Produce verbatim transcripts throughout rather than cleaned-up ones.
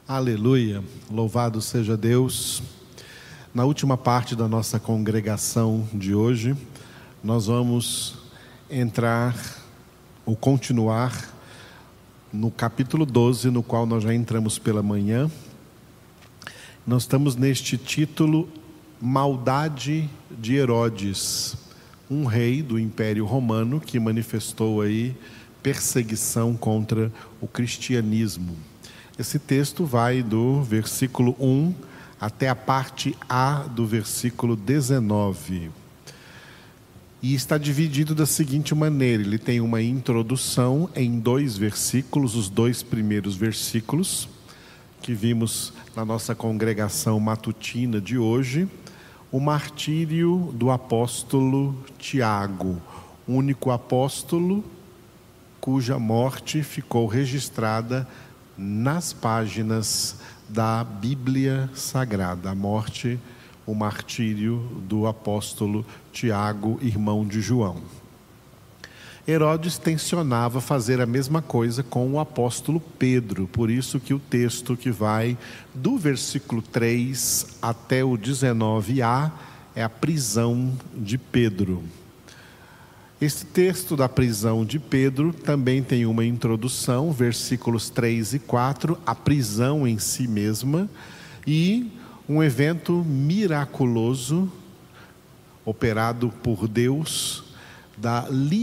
Aleluia, louvado seja Deus. Na última parte da nossa congregação de hoje, nós vamos entrar ou continuar no capítulo doze, no qual nós já entramos pela manhã. Nós estamos neste título, Maldade de Herodes, um rei do Império Romano que manifestou aí perseguição contra o cristianismo. Esse texto vai do versículo um até a parte A do versículo dezenove. E está dividido da seguinte maneira: ele tem uma introdução em dois versículos, os dois primeiros versículos, que vimos na nossa congregação matutina de hoje, o martírio do apóstolo Tiago, único apóstolo cuja morte ficou registrada nas páginas da Bíblia Sagrada, a morte, o martírio do apóstolo Tiago, irmão de João. Herodes tensionava fazer a mesma coisa com o apóstolo Pedro, por isso que o texto que vai do versículo três até o dezenove a é a prisão de Pedro. Este texto da prisão de Pedro também tem uma introdução, versículos três e quatro, a prisão em si mesma, e um evento miraculoso, operado por Deus, da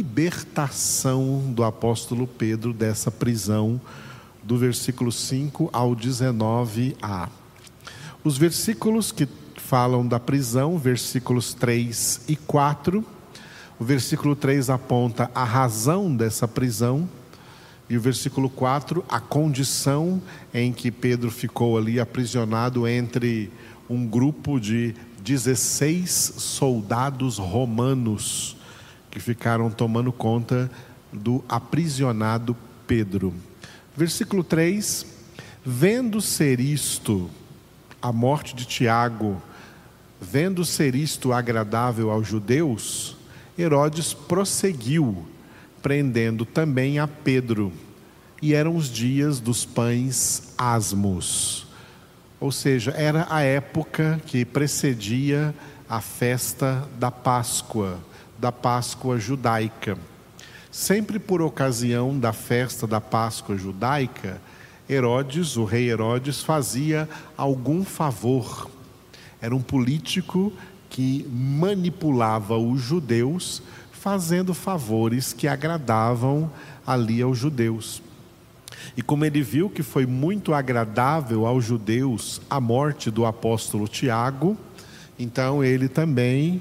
libertação do apóstolo Pedro dessa prisão, do versículo cinco ao dezenove a. Os versículos que falam da prisão, versículos três e quatro, o versículo três aponta a razão dessa prisão, e o versículo quatro, a condição em que Pedro ficou ali aprisionado entre um grupo de dezesseis soldados romanos que ficaram tomando conta do aprisionado Pedro. Versículo três, vendo ser isto, a morte de Tiago, vendo ser isto agradável aos judeus, Herodes prosseguiu, prendendo também a Pedro, e eram os dias dos pães asmos, ou seja, era a época que precedia a festa da Páscoa, da Páscoa judaica. Sempre por ocasião da festa da Páscoa judaica, Herodes, o rei Herodes, fazia algum favor. Era um político que manipulava os judeus, fazendo favores que agradavam ali aos judeus. E como ele viu que foi muito agradável aos judeus a morte do apóstolo Tiago, então ele também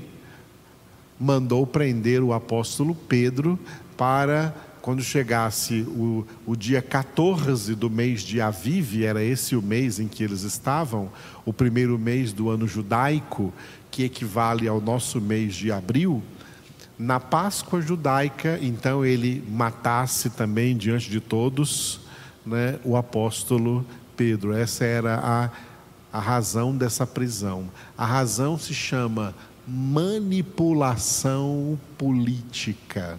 mandou prender o apóstolo Pedro para, quando chegasse o, o dia quatorze do mês de Aviv, era esse o mês em que eles estavam, o primeiro mês do ano judaico, que equivale ao nosso mês de abril, na Páscoa judaica, então ele matasse também diante de todos, né, o apóstolo Pedro. Essa era a, a razão dessa prisão. A razão se chama manipulação política.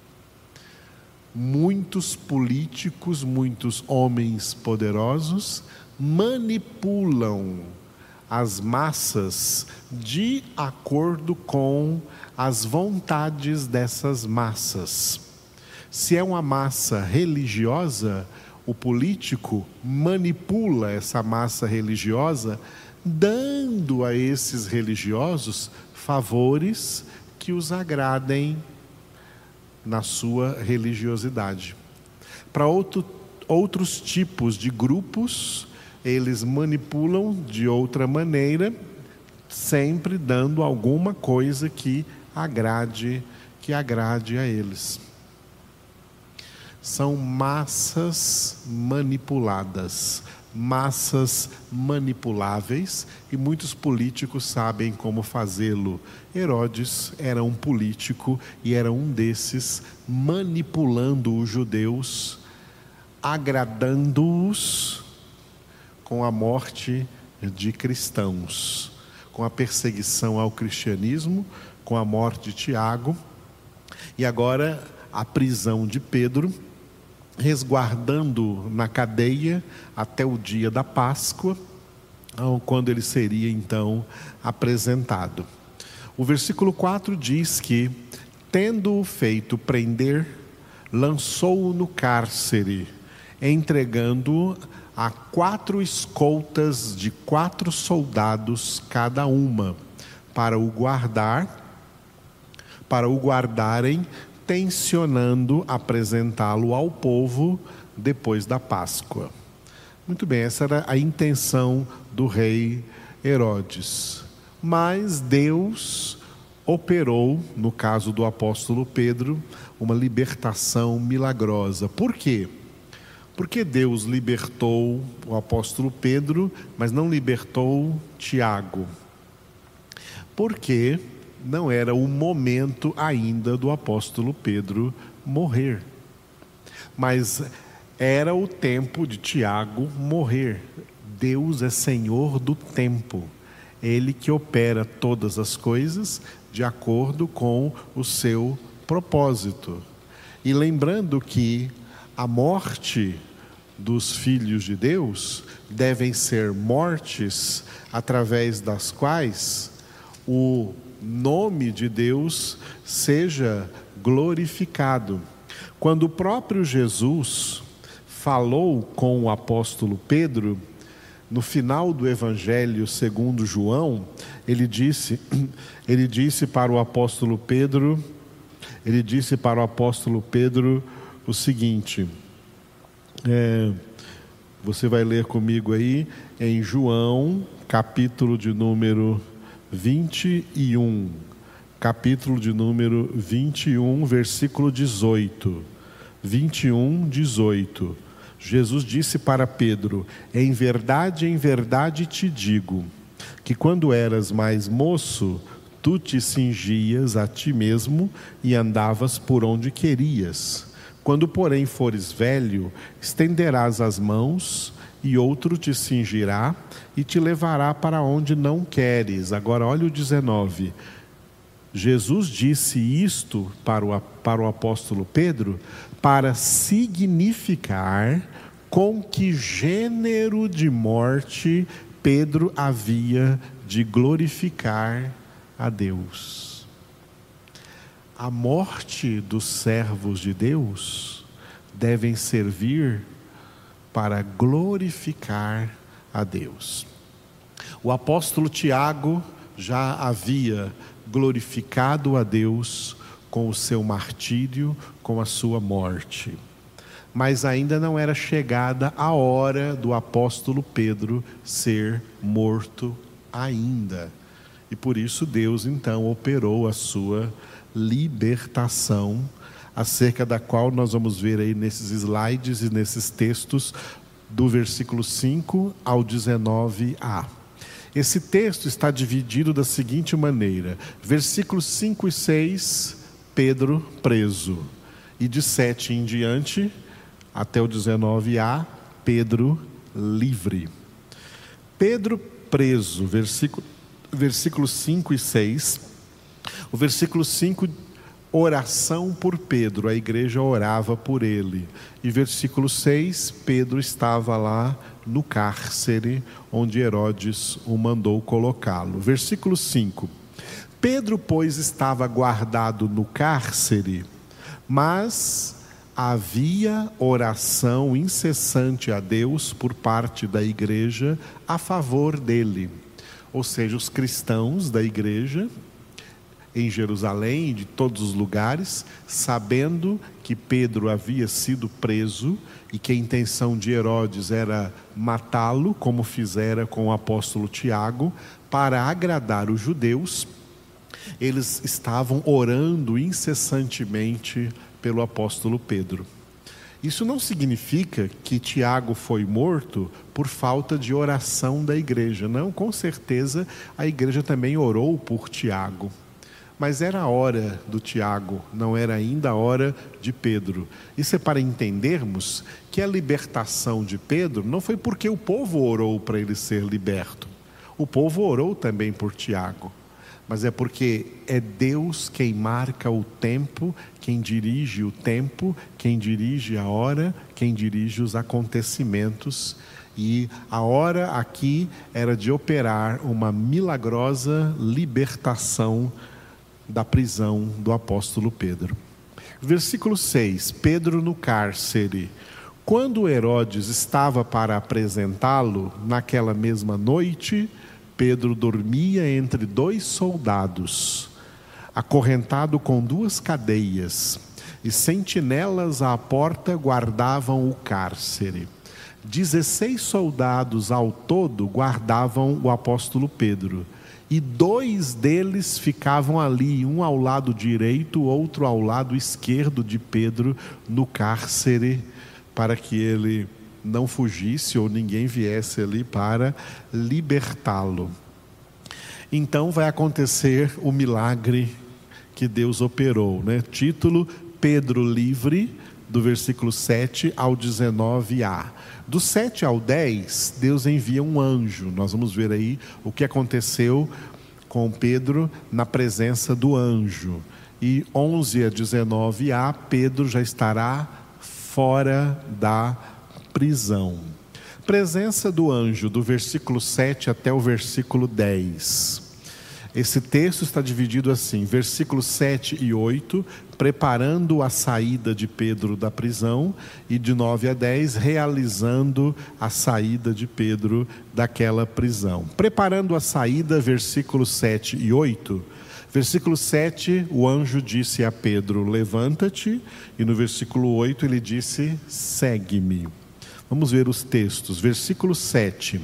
Muitos políticos, muitos homens poderosos manipulam as massas de acordo com as vontades dessas massas. Se é uma massa religiosa, o político manipula essa massa religiosa, dando a esses religiosos favores que os agradem na sua religiosidade. Para outro, outros tipos de grupos, eles manipulam de outra maneira, sempre dando alguma coisa que agrade, que agrade a eles. São massas manipuladas, massas manipuláveis, e muitos políticos sabem como fazê-lo. Herodes era um político e era um desses, manipulando os judeus, agradando-os com a morte de cristãos, com a perseguição ao cristianismo, com a morte de Tiago, e agora a prisão de Pedro. resguardando na cadeia até o dia da Páscoa, quando ele seria então apresentado. O versículo quatro diz que, tendo-o feito prender, lançou-o no cárcere, entregando-o a quatro escoltas de quatro soldados cada uma, para o guardar, para o guardarem, tencionando apresentá-lo ao povo depois da Páscoa. Muito bem, essa era a intenção do rei Herodes. Mas Deus operou, no caso do apóstolo Pedro, uma libertação milagrosa. Por quê? Porque Deus libertou o apóstolo Pedro, mas não libertou Tiago. Porque não era o momento ainda do apóstolo Pedro morrer. Mas era o tempo de Tiago morrer. Deus é Senhor do tempo. Ele que opera todas as coisas de acordo com o seu propósito. E lembrando que a morte dos filhos de Deus devem ser mortes através das quais o nome de Deus seja glorificado. Quando o próprio Jesus falou com o apóstolo Pedro, no final do Evangelho segundo João, ele disse, ele disse para o apóstolo Pedro, ele disse para o apóstolo Pedro o seguinte, é, você vai ler comigo aí em João, capítulo de número vinte e um, capítulo de número vinte e um, versículo dezoito, vinte e um, dezoito. Jesus disse para Pedro: em verdade, em verdade te digo, que quando eras mais moço, tu te cingias a ti mesmo e andavas por onde querias. Quando, porém, fores velho, estenderás as mãos e outro te cingirá e te levará para onde não queres. Agora olha o dezenove. Jesus disse isto para o, para o apóstolo Pedro para significar com que gênero de morte Pedro havia de glorificar a Deus. A morte dos servos de Deus devem servir para glorificar a Deus. O apóstolo Tiago já havia glorificado a Deus com o seu martírio, com a sua morte. Mas ainda não era chegada a hora do apóstolo Pedro ser morto ainda. E por isso Deus então operou a sua libertação, acerca da qual nós vamos ver aí nesses slides e nesses textos do versículo cinco ao dezenove a. Esse texto está dividido da seguinte maneira: versículos cinco e seis, Pedro preso, e de sete em diante, até o dezenove a, Pedro livre. Pedro preso, versículo, versículos cinco e seis. O versículo cinco, oração por Pedro, a igreja orava por ele. E versículo seis, Pedro estava lá no cárcere, onde Herodes o mandou colocá-lo. Versículo cinco, Pedro, pois, estava guardado no cárcere, mas havia oração incessante a Deus por parte da igreja a favor dele. Ou seja, os cristãos da igreja em Jerusalém e de todos os lugares, sabendo que Pedro havia sido preso e que a intenção de Herodes era matá-lo, como fizera com o apóstolo Tiago, para agradar os judeus, eles estavam orando incessantemente pelo apóstolo Pedro. Isso não significa que Tiago foi morto por falta de oração da igreja. Não, com certeza a igreja também orou por Tiago. Mas era a hora do Tiago, não era ainda a hora de Pedro. Isso é para entendermos que a libertação de Pedro não foi porque o povo orou para ele ser liberto. O povo orou também por Tiago. mas é porque é Deus quem marca o tempo, quem dirige o tempo, quem dirige a hora, quem dirige os acontecimentos. E a hora aqui era de operar uma milagrosa libertação da prisão do apóstolo Pedro. Versículo seis, Pedro no cárcere. Quando Herodes estava para apresentá-lo, naquela mesma noite, Pedro dormia entre dois soldados, acorrentado com duas cadeias, e sentinelas à porta guardavam o cárcere. Dezesseis soldados ao todo guardavam o apóstolo Pedro, e dois deles ficavam ali, um ao lado direito, outro ao lado esquerdo de Pedro, no cárcere, para que ele não fugisse ou ninguém viesse ali para libertá-lo. Então vai acontecer o milagre que Deus operou, né? Título: Pedro livre, do versículo sete ao dezenove a. Do sete ao dez, Deus envia um anjo. Nós vamos ver aí o que aconteceu com Pedro na presença do anjo. E onze a dezenove a, Pedro já estará fora da prisão. Presença do anjo, do versículo sete até o versículo dez. Esse texto está dividido assim, versículos sete e oito, preparando a saída de Pedro da prisão, e de nove a dez, realizando a saída de Pedro daquela prisão. Preparando a saída, versículos sete e oito. Versículo sete, o anjo disse a Pedro: levanta-te, e no versículo oito ele disse: segue-me. Vamos ver os textos. Versículo sete.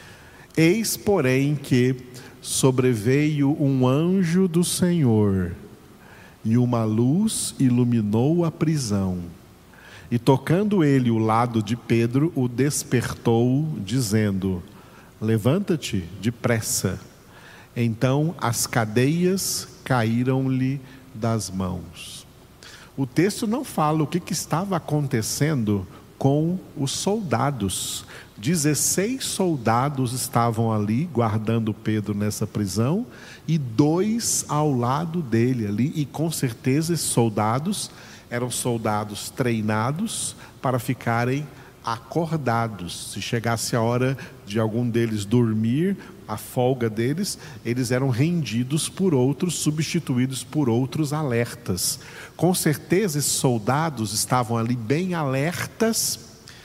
Eis, porém, que sobreveio um anjo do Senhor, e uma luz iluminou a prisão. E tocando ele o lado de Pedro, o despertou, dizendo: levanta-te depressa. Então as cadeias caíram-lhe das mãos. O texto não fala o que, que estava acontecendo com os soldados. dezesseis soldados estavam ali guardando Pedro nessa prisão, e dois ao lado dele ali, e com certeza esses soldados eram soldados treinados para ficarem acordados. Se chegasse a hora de algum deles dormir, a folga deles, eles eram rendidos por outros, substituídos por outros alertas. Com certeza esses soldados estavam ali bem alertas,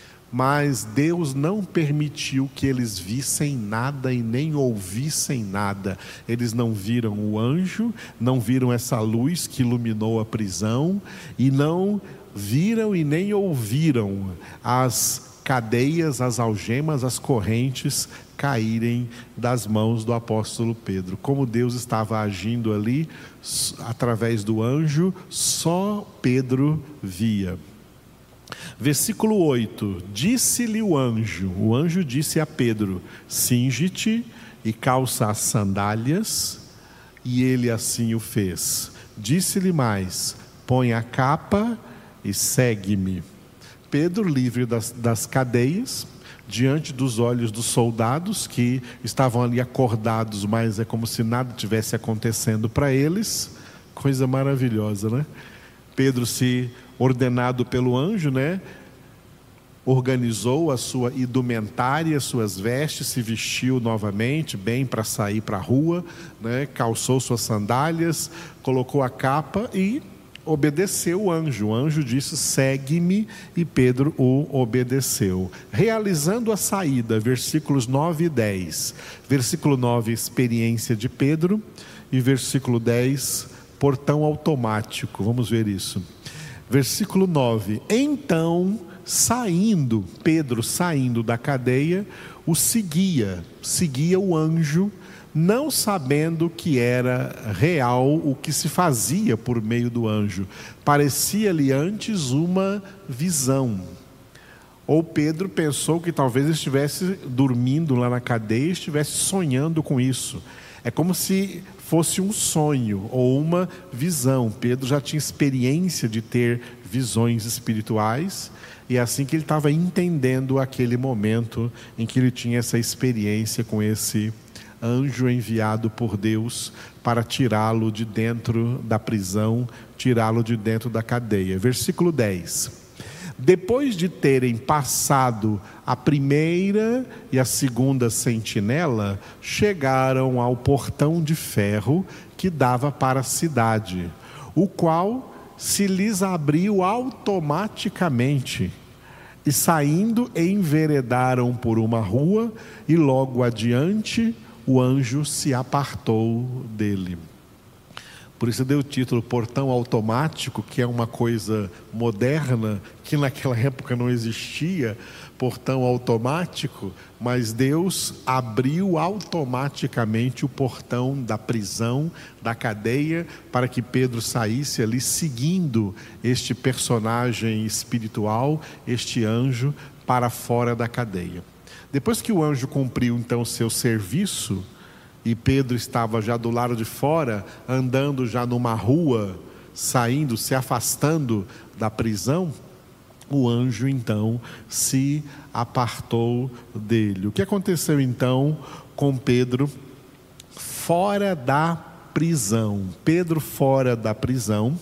mas Deus não permitiu que eles vissem nada e nem ouvissem nada. Eles não viram o anjo, não viram essa luz que iluminou a prisão, e não viram e nem ouviram as cadeias, as algemas, as correntes caírem das mãos do apóstolo Pedro. Como Deus estava agindo ali através do anjo, só Pedro via. Versículo oito, disse-lhe o anjo, o anjo disse a Pedro: cinge-te e calça as sandálias, e ele assim o fez. Disse-lhe mais: põe a capa e segue-me. Pedro, livre das, das cadeias, diante dos olhos dos soldados que estavam ali acordados, mas é como se nada tivesse acontecendo para eles. Coisa maravilhosa, né? Pedro, se ordenado pelo anjo, né, organizou a sua indumentária, suas vestes, se vestiu novamente, bem para sair para a rua, né, calçou suas sandálias, colocou a capa e obedeceu o anjo. O anjo disse: segue-me, e Pedro o obedeceu. Realizando a saída, versículos nove e dez. Versículo nove, experiência de Pedro, e versículo dez, portão automático. Vamos ver isso. Versículo nove. Então, saindo, Pedro saindo da cadeia, o seguia, seguia o anjo, não sabendo que era real o que se fazia por meio do anjo. Parecia-lhe antes uma visão. Ou Pedro pensou que talvez estivesse dormindo lá na cadeia e estivesse sonhando com isso. É como se fosse um sonho ou uma visão. Pedro já tinha experiência de ter visões espirituais, e é assim que ele estava entendendo aquele momento em que ele tinha essa experiência com esse anjo enviado por Deus para tirá-lo de dentro da prisão, tirá-lo de dentro da cadeia. Versículo dez. Depois de terem passado a primeira e a segunda sentinela, chegaram ao portão de ferro que dava para a cidade, o qual se lhes abriu automaticamente. E saindo, enveredaram por uma rua, e logo adiante o anjo se apartou dele. Por isso deu o título portão automático, que é uma coisa moderna, que naquela época não existia, portão automático, mas Deus abriu automaticamente o portão da prisão, da cadeia, para que Pedro saísse ali seguindo este personagem espiritual, este anjo, para fora da cadeia. Depois que o anjo cumpriu então o seu serviço, e Pedro estava já do lado de fora, andando já numa rua, saindo, se afastando da prisão, o anjo então se apartou dele. O que aconteceu então com Pedro fora da prisão? Pedro fora da prisão,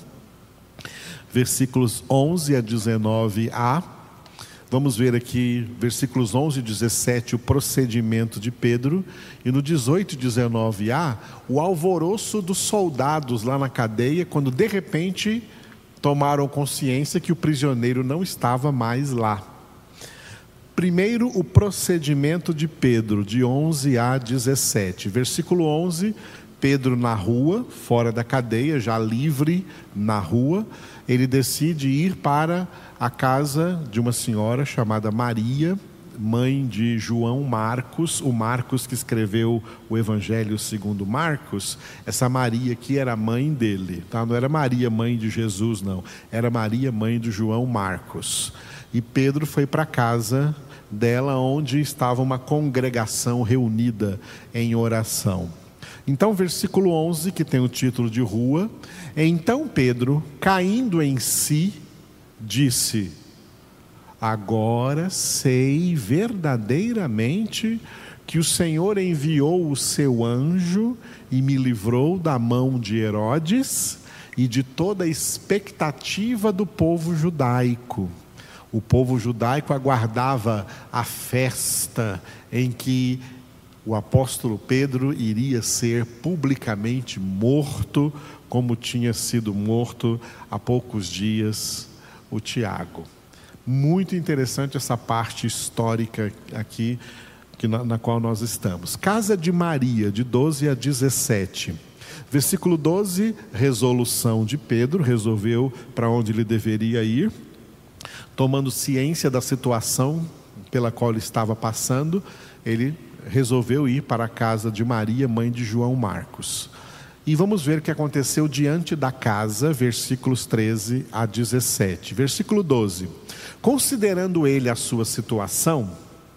versículos onze a dezenove a. Vamos ver aqui, versículos onze e dezessete, o procedimento de Pedro. E no dezoito e dezenove a, o alvoroço dos soldados lá na cadeia, quando de repente tomaram consciência que o prisioneiro não estava mais lá. Primeiro, o procedimento de Pedro, de onze a dezessete. Versículo onze, Pedro na rua, fora da cadeia, já livre na rua, ele decide ir para a casa de uma senhora chamada Maria, mãe de João Marcos, o Marcos que escreveu o Evangelho segundo Marcos. Essa Maria aqui era a mãe dele, tá? Não era Maria mãe de Jesus, não, era Maria mãe de João Marcos. E Pedro foi para a casa dela, onde estava uma congregação reunida em oração. Então, versículo onze, que tem o título de rua: então Pedro, caindo em si, disse: agora sei verdadeiramente que o Senhor enviou o seu anjo e me livrou da mão de Herodes e de toda a expectativa do povo judaico. O povo judaico aguardava a festa em que o apóstolo Pedro iria ser publicamente morto, como tinha sido morto há poucos dias o Tiago. Muito interessante essa parte histórica aqui que na, na qual nós estamos. Casa de Maria, de doze a dezessete. Versículo doze, resolução de Pedro, resolveu para onde ele deveria ir, tomando ciência da situação pela qual ele estava passando, ele resolveu ir para a casa de Maria, mãe de João Marcos. E vamos ver o que aconteceu diante da casa, versículos treze a dezessete. Versículo doze. Considerando ele a sua situação,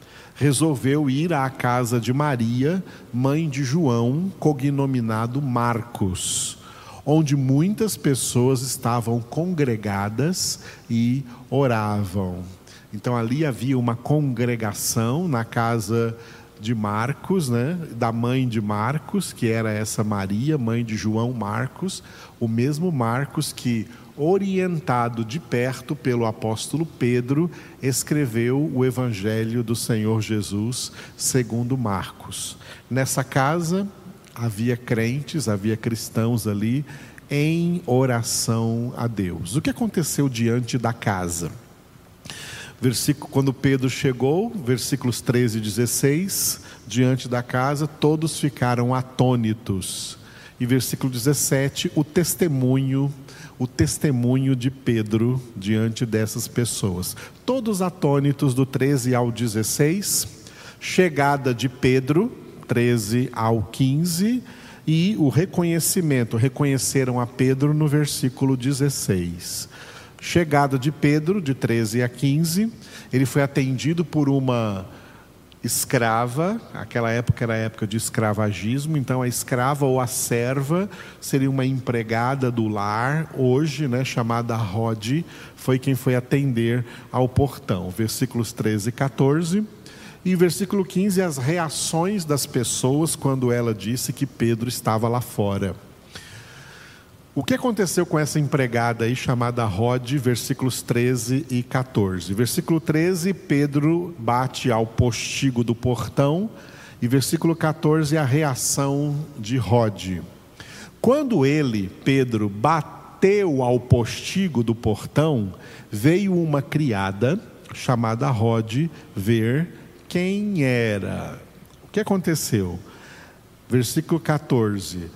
resolveu ir à casa de Maria, mãe de João, cognominado Marcos, onde muitas pessoas estavam congregadas e oravam. Então ali havia uma congregação na casa de Marcos, né? Da mãe de Marcos, que era essa Maria, mãe de João Marcos, o mesmo Marcos que, orientado de perto pelo apóstolo Pedro, escreveu o Evangelho do Senhor Jesus segundo Marcos. Nessa casa havia crentes, havia cristãos ali em oração a Deus. O que aconteceu diante da casa? Versículo, quando Pedro chegou, versículos treze e dezesseis, diante da casa, todos ficaram atônitos. E versículo dezessete, o testemunho, o testemunho de Pedro diante dessas pessoas. Todos atônitos do treze ao dezesseis, chegada de Pedro, treze ao quinze, e o reconhecimento, reconheceram a Pedro no versículo dezesseis. Chegada de Pedro, de treze a quinze, ele foi atendido por uma escrava. Aquela época era a época de escravagismo, então a escrava ou a serva seria uma empregada do lar, hoje, né, chamada Rode, foi quem foi atender ao portão. Versículos treze e quatorze, E versículo quinze, as reações das pessoas quando ela disse que Pedro estava lá fora. O que aconteceu com essa empregada aí chamada Rode, versículos treze e quatorze. Versículo treze, Pedro bate ao postigo do portão. E versículo quatorze, a reação de Rode. Quando ele, Pedro, bateu ao postigo do portão, veio uma criada chamada Rode ver quem era. O que aconteceu? Versículo quatorze.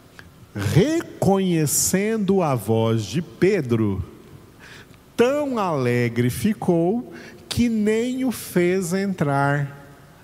Reconhecendo a voz de Pedro, tão alegre ficou que nem o fez entrar,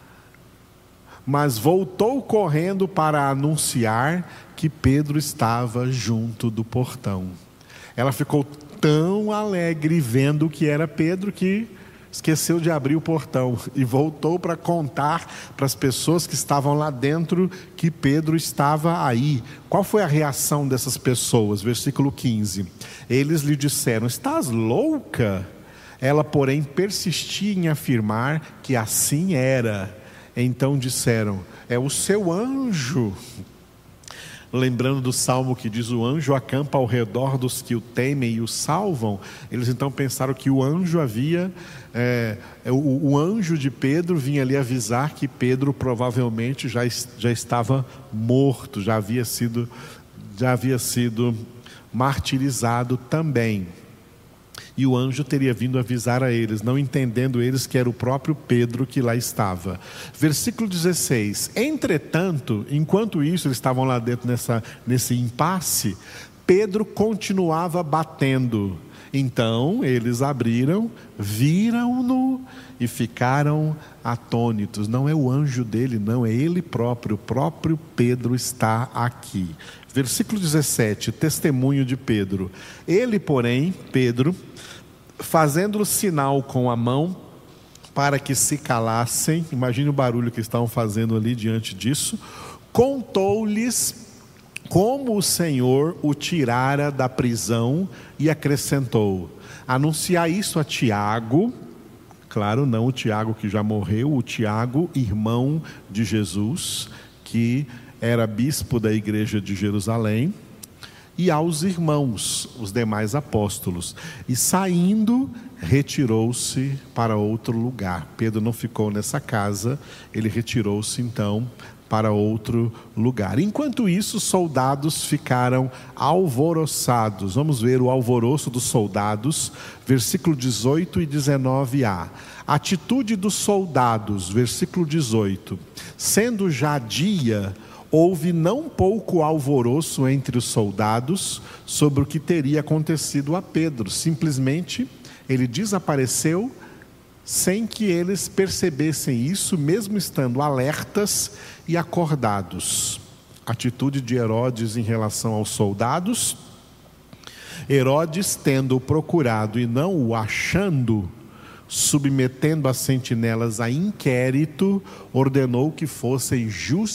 mas voltou correndo para anunciar que Pedro estava junto do portão. Ela ficou tão alegre vendo que era Pedro que esqueceu de abrir o portão e voltou para contar para as pessoas que estavam lá dentro que Pedro estava aí. Qual foi a reação dessas pessoas? Versículo quinze. Eles lhe disseram: estás louca? Ela, porém, persistia em afirmar que assim era. Então disseram: é o seu anjo. Lembrando do salmo que diz: o anjo acampa ao redor dos que o temem e o salvam. Eles então pensaram que o anjo havia é, o, o anjo de Pedro vinha ali avisar que Pedro provavelmente já, já estava morto, já havia sido, já havia sido martirizado também. E o anjo teria vindo avisar a eles, não entendendo eles que era o próprio Pedro que lá estava. Versículo dezesseis. Entretanto, enquanto isso, eles estavam lá dentro nessa, nesse impasse, Pedro continuava batendo. Então, eles abriram, viram-no e ficaram atônitos. Não é o anjo dele, não, é ele próprio. O próprio Pedro está aqui. Versículo dezessete, testemunho de Pedro. Ele, porém, Pedro, fazendo-lhe sinal com a mão para que se calassem, imagine o barulho que estavam fazendo ali diante disso, contou-lhes como o Senhor o tirara da prisão e acrescentou: anunciar isso a Tiago, claro, não o Tiago que já morreu, o Tiago, irmão de Jesus, que era bispo da igreja de Jerusalém, e aos irmãos, os demais apóstolos. E saindo, retirou-se para outro lugar. Pedro não ficou nessa casa, ele retirou-se então para outro lugar. Enquanto isso, os soldados ficaram alvoroçados. Vamos ver o alvoroço dos soldados, versículo dezoito e dezenove a. Atitude dos soldados, versículo dezoito. Sendo já dia, houve não pouco alvoroço entre os soldados sobre o que teria acontecido a Pedro. Simplesmente ele desapareceu sem que eles percebessem isso, mesmo estando alertas e acordados. Atitude de Herodes em relação aos soldados. Herodes, tendo-o procurado e não o achando, submetendo as sentinelas a inquérito, ordenou que fossem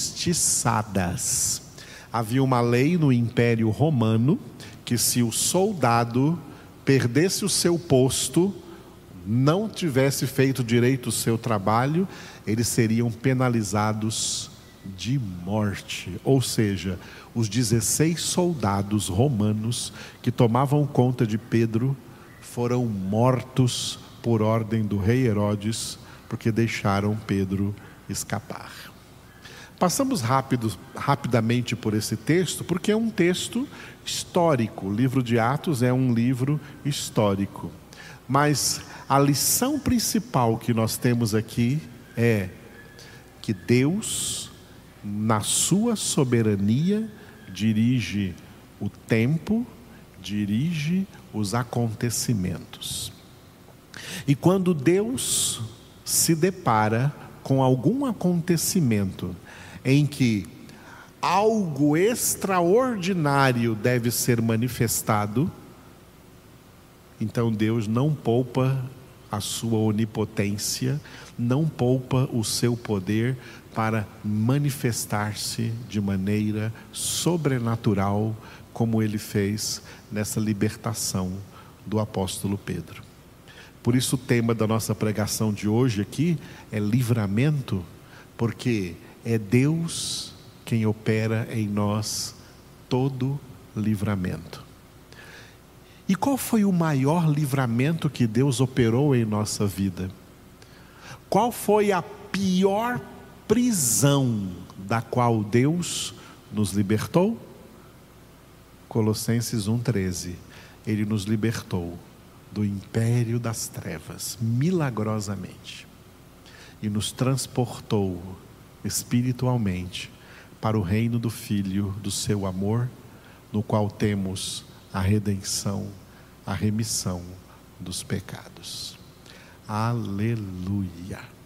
justiçadas. Havia uma lei no Império Romano que, se o soldado perdesse o seu posto, não tivesse feito direito o seu trabalho, eles seriam penalizados de morte. Ou seja, os dezesseis soldados romanos que tomavam conta de Pedro foram mortos por ordem do rei Herodes, porque deixaram Pedro escapar. Passamos rápido, rapidamente por esse texto, porque é um texto histórico. O livro de Atos é um livro histórico. Mas a lição principal que nós temos aqui é que Deus, na sua soberania, dirige o tempo, dirige os acontecimentos. E quando Deus se depara com algum acontecimento em que algo extraordinário deve ser manifestado, então Deus não poupa a sua onipotência, não poupa o seu poder para manifestar-se de maneira sobrenatural, como ele fez nessa libertação do apóstolo Pedro. Por isso o tema da nossa pregação de hoje aqui é livramento, porque é Deus quem opera em nós todo livramento. E qual foi o maior livramento que Deus operou em nossa vida? Qual foi a pior prisão da qual Deus nos libertou? Colossenses um, treze. Ele nos libertou do império das trevas, milagrosamente, e nos transportou espiritualmente para o reino do Filho do seu amor, no qual temos a redenção, a remissão dos pecados. Aleluia!